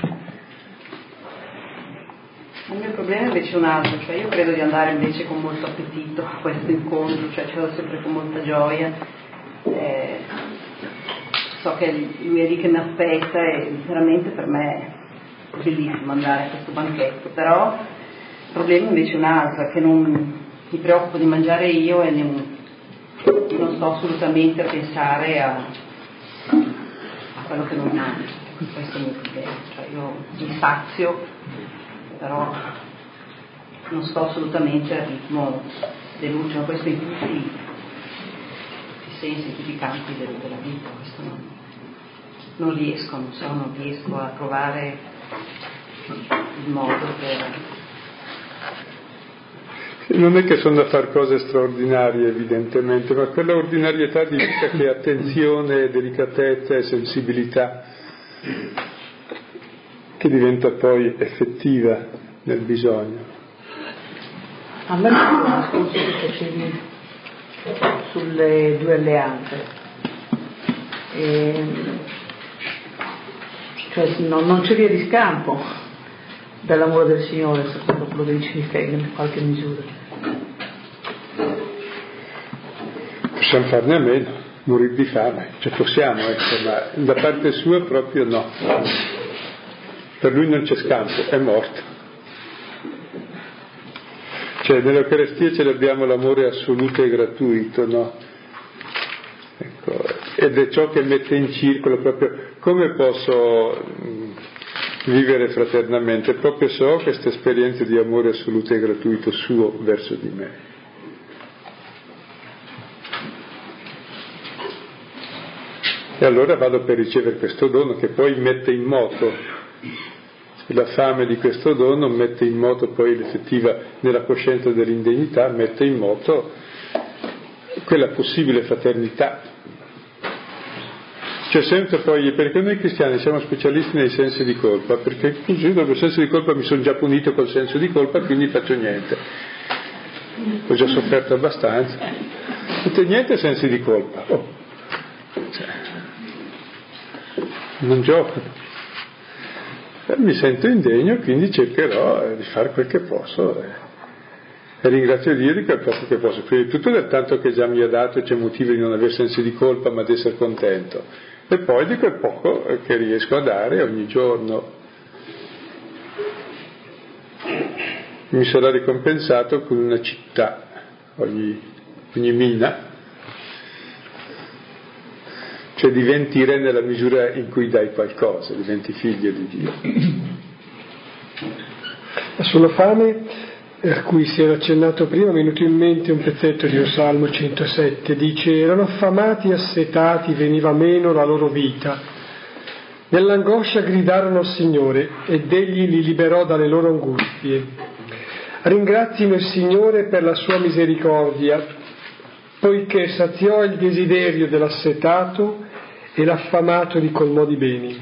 Il mio problema invece è un altro, cioè io credo di andare invece con molto appetito a questo incontro, cioè ce l'ho sempre con molta gioia. Eh, so che lui è lì che mi aspetta e veramente per me è bellissimo andare a questo banchetto, però il problema invece è un altro, è che non mi preoccupo di mangiare io e non, non sto assolutamente a pensare a, a quello che non mangio. Questo è il mio problema, cioè io mi sazio, però non sto assolutamente al ritmo dell'ultimo, questo in tutti sensi, in tutti i campi della vita, questo non, non riesco, non so, non riesco a trovare il modo per... Non è che sono da fare cose straordinarie evidentemente, ma quella ordinarietà di vita che è attenzione, delicatezza e sensibilità che diventa poi effettiva nel bisogno. A me piace un discorso che facevi sulle due alleanze, e, cioè no, non c'è via di scampo dall'amore del Signore, secondo quello che dice Michele in qualche misura. Possiamo farne a meno, morire di fame, cioè possiamo, ecco, ma da parte sua proprio no. Per lui non c'è scampo, è morto. Cioè nell'Eucaristia ce l'abbiamo l'amore assoluto e gratuito, no? Ecco, ed è ciò che mette in circolo proprio come posso vivere fraternamente, proprio se ho questa esperienza di amore assoluto e gratuito suo verso di me. E allora vado per ricevere questo dono che poi mette in moto, la fame di questo dono mette in moto poi l'effettiva, nella coscienza dell'indegnità, mette in moto quella possibile fraternità. C'è sempre poi, perché noi cristiani siamo specialisti nei sensi di colpa, perché così dopo il senso di colpa mi sono già punito col senso di colpa, quindi faccio niente. Ho già sofferto abbastanza. Non niente sensi di colpa. Oh. Cioè, non gioco. Mi sento indegno, quindi cercherò di fare quel che posso e, e ringrazio Dio di quel poco che posso. Prima di tutto del tanto che già mi ha dato e c'è motivo di non avere sensi di colpa, ma di essere contento. E poi di quel poco che riesco a dare ogni giorno. Mi sarà ricompensato con una città ogni, ogni mina. Cioè diventi re nella misura in cui dai qualcosa, diventi figlio di Dio. Sulla fame, a cui si era accennato prima, mi è venuto in mente un pezzetto di un Salmo centosette, dice: erano affamati e assetati, veniva meno la loro vita. Nell'angoscia gridarono al Signore ed Egli li liberò dalle loro angustie. Ringrazino il Signore per la sua misericordia, poiché saziò il desiderio dell'assetato e l'affamato li colmò di beni.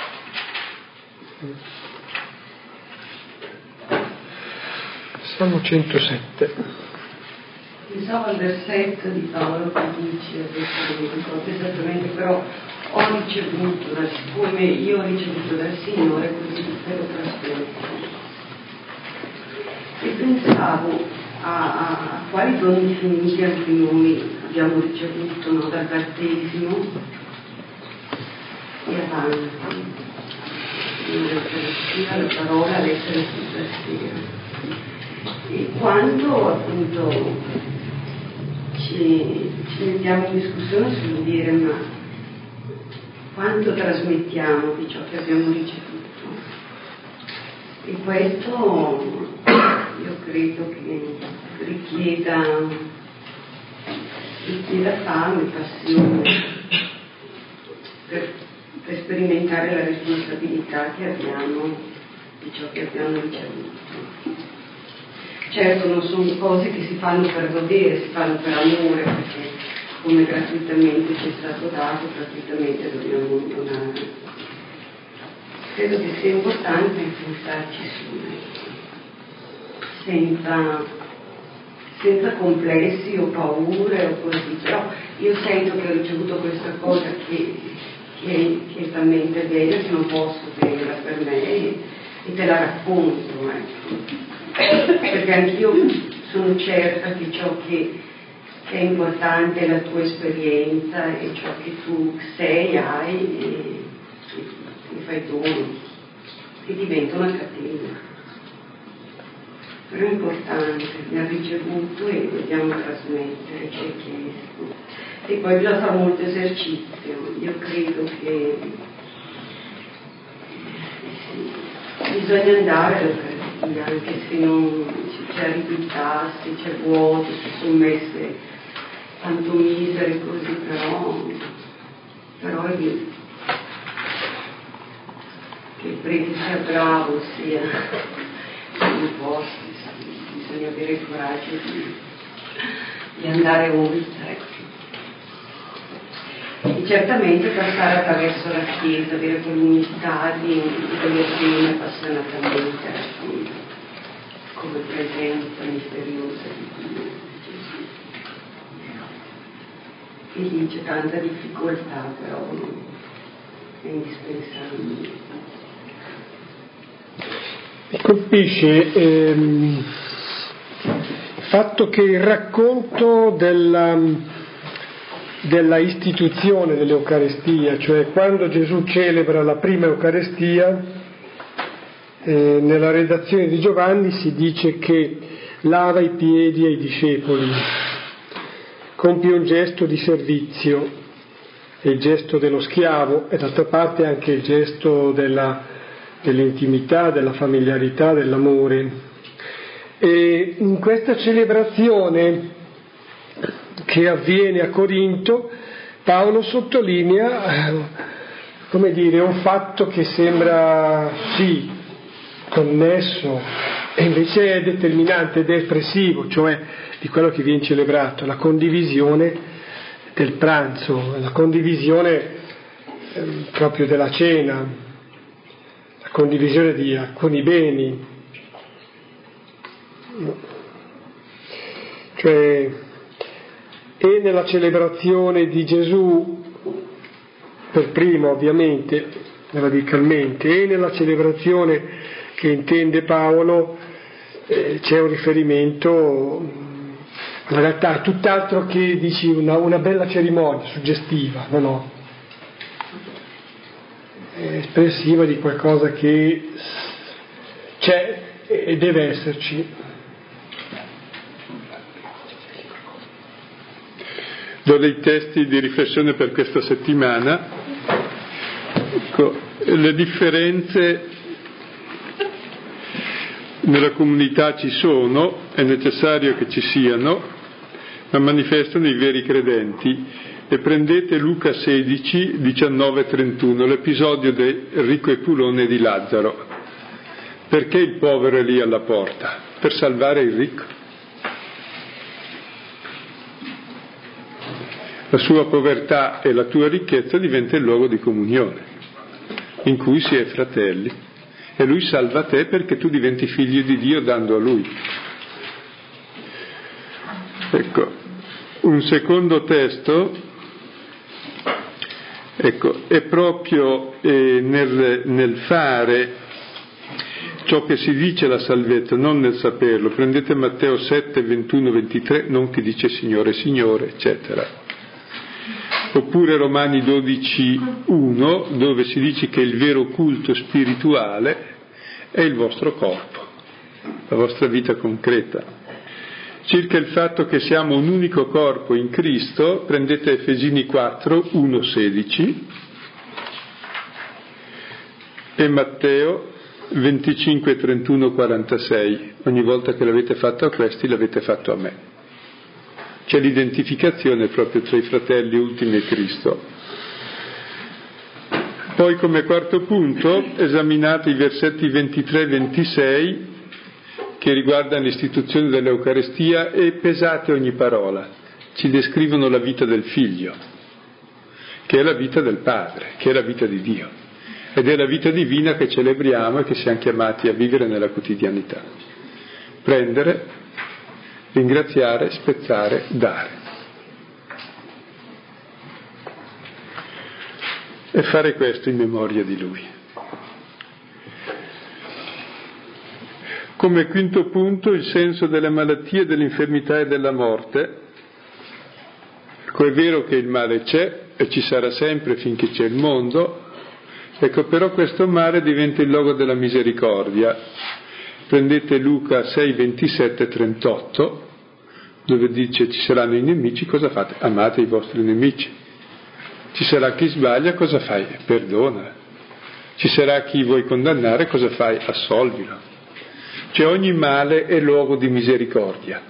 Salmo centosette. Pensavo al versetto di Paolo che dice, adesso non mi ricordo esattamente, però ho ricevuto, dal, come io ho ricevuto dal Signore, così te lo trasmetto. E pensavo a, a quali doni infiniti anche noi abbiamo ricevuto, no, dal battesimo e avanti, l'Eucaristia, la parola, l'essere tutta sera. E quando appunto ci, ci mettiamo in discussione sul dire ma quanto trasmettiamo di ciò che abbiamo ricevuto, e questo io credo che richieda richieda fame, passione per, per sperimentare la responsabilità che abbiamo di ciò che abbiamo ricevuto. Certo non sono cose che si fanno per godere, si fanno per amore, perché come gratuitamente ci è stato dato, gratuitamente dobbiamo donare. Credo che sia importante pensarci su, senza, senza complessi o paure o così, però io sento che ho ricevuto questa cosa che, che, che è talmente bella che non posso tenerla per me e, e te la racconto, ecco. Perché anch'io sono certa che ciò che, che è importante è la tua esperienza e ciò che tu sei, hai e, e, e fai dono, e diventa una catena. Però è importante, ne ha ricevuto e dobbiamo trasmettere, ci è chiesto. E poi bisogna fare molto esercizio, io credo che sì, bisogna andare all'Eucaristia, anche se non c'è aridità, se c'è vuoto, se sono messe tanto misere così, però, però è lì. Che il prete sia bravo, sia nei posti, bisogna avere il coraggio di, di andare oltre. E certamente passare attraverso la Chiesa, avere quell'unità di, di voler bene appassionatamente come presenza misteriosa di Dio. E lì c'è tanta difficoltà, però è indispensabile. Mi colpisce ehm, il fatto che il racconto della, della istituzione dell'Eucaristia, cioè quando Gesù celebra la prima Eucaristia, eh, nella redazione di Giovanni si dice che lava i piedi ai discepoli, compie un gesto di servizio è il gesto dello schiavo e d'altra parte anche il gesto della, dell'intimità, della familiarità, dell'amore. E in questa celebrazione che avviene a Corinto, Paolo sottolinea, come dire, un fatto che sembra sì connesso e invece è determinante ed è espressivo, cioè di quello che viene celebrato, la condivisione del pranzo, la condivisione eh, proprio della cena, la condivisione di alcuni beni, cioè e nella celebrazione di Gesù per primo ovviamente, radicalmente, e nella celebrazione che intende Paolo eh, c'è un riferimento in realtà è tutt'altro che dici una, una bella cerimonia suggestiva, no no, è espressiva di qualcosa che c'è e deve esserci. Do dei testi di riflessione per questa settimana. Ecco, le differenze nella comunità ci sono, è necessario che ci siano, ma manifestano i veri credenti. E prendete Luca sedici, diciannove e trentuno, l'episodio del ricco Epulone di Lazzaro. Perché il povero è lì alla porta? Per salvare il ricco. La sua povertà e la tua ricchezza diventa il luogo di comunione, in cui si è fratelli. E lui salva te perché tu diventi figlio di Dio dando a lui. Ecco, un secondo testo, ecco, è proprio eh, nel, nel fare ciò che si dice la salvezza, non nel saperlo. Prendete Matteo sette, ventuno, ventitré, non chi dice Signore, Signore, eccetera. Oppure Romani dodici, uno, dove si dice che il vero culto spirituale è il vostro corpo, la vostra vita concreta. Circa il fatto che siamo un unico corpo in Cristo, prendete Efesini quattro, uno, sedici e Matteo venticinque, trentuno, quarantasei. Ogni volta che l'avete fatto a questi, l'avete fatto a me. C'è l'identificazione proprio tra i fratelli ultimi e Cristo. Poi come quarto punto esaminate i versetti ventitré e ventisei che riguardano l'istituzione dell'Eucarestia e pesate ogni parola. Ci descrivono la vita del Figlio, che è la vita del Padre, che è la vita di Dio. Ed è la vita divina che celebriamo e che siamo chiamati a vivere nella quotidianità. Prendere, ringraziare, spezzare, dare. E fare questo in memoria di Lui. Come quinto punto, il senso delle malattie, dell'infermità e della morte. Ecco, è vero che il male c'è e ci sarà sempre finché c'è il mondo, ecco, però questo male diventa il luogo della misericordia. Prendete Luca sei, ventisette e trentotto, dove dice ci saranno i nemici, cosa fate? Amate i vostri nemici. Ci sarà chi sbaglia, cosa fai? Perdona. Ci sarà chi vuoi condannare, cosa fai? Assolvilo. Cioè ogni male è luogo di misericordia.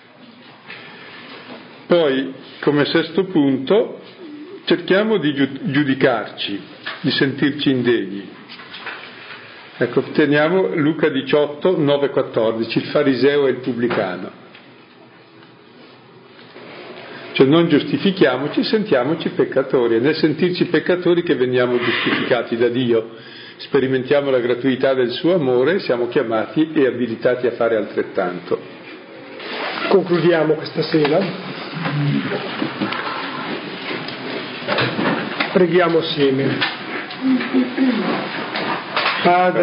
Poi, come sesto punto, cerchiamo di giudicarci, di sentirci indegni. Ecco, teniamo Luca diciotto, nove e quattordici, il fariseo e il pubblicano. Cioè non giustifichiamoci, sentiamoci peccatori, è nel sentirci peccatori che veniamo giustificati da Dio, sperimentiamo la gratuità del suo amore e siamo chiamati e abilitati a fare altrettanto. Concludiamo questa sera. Preghiamo assieme. Padre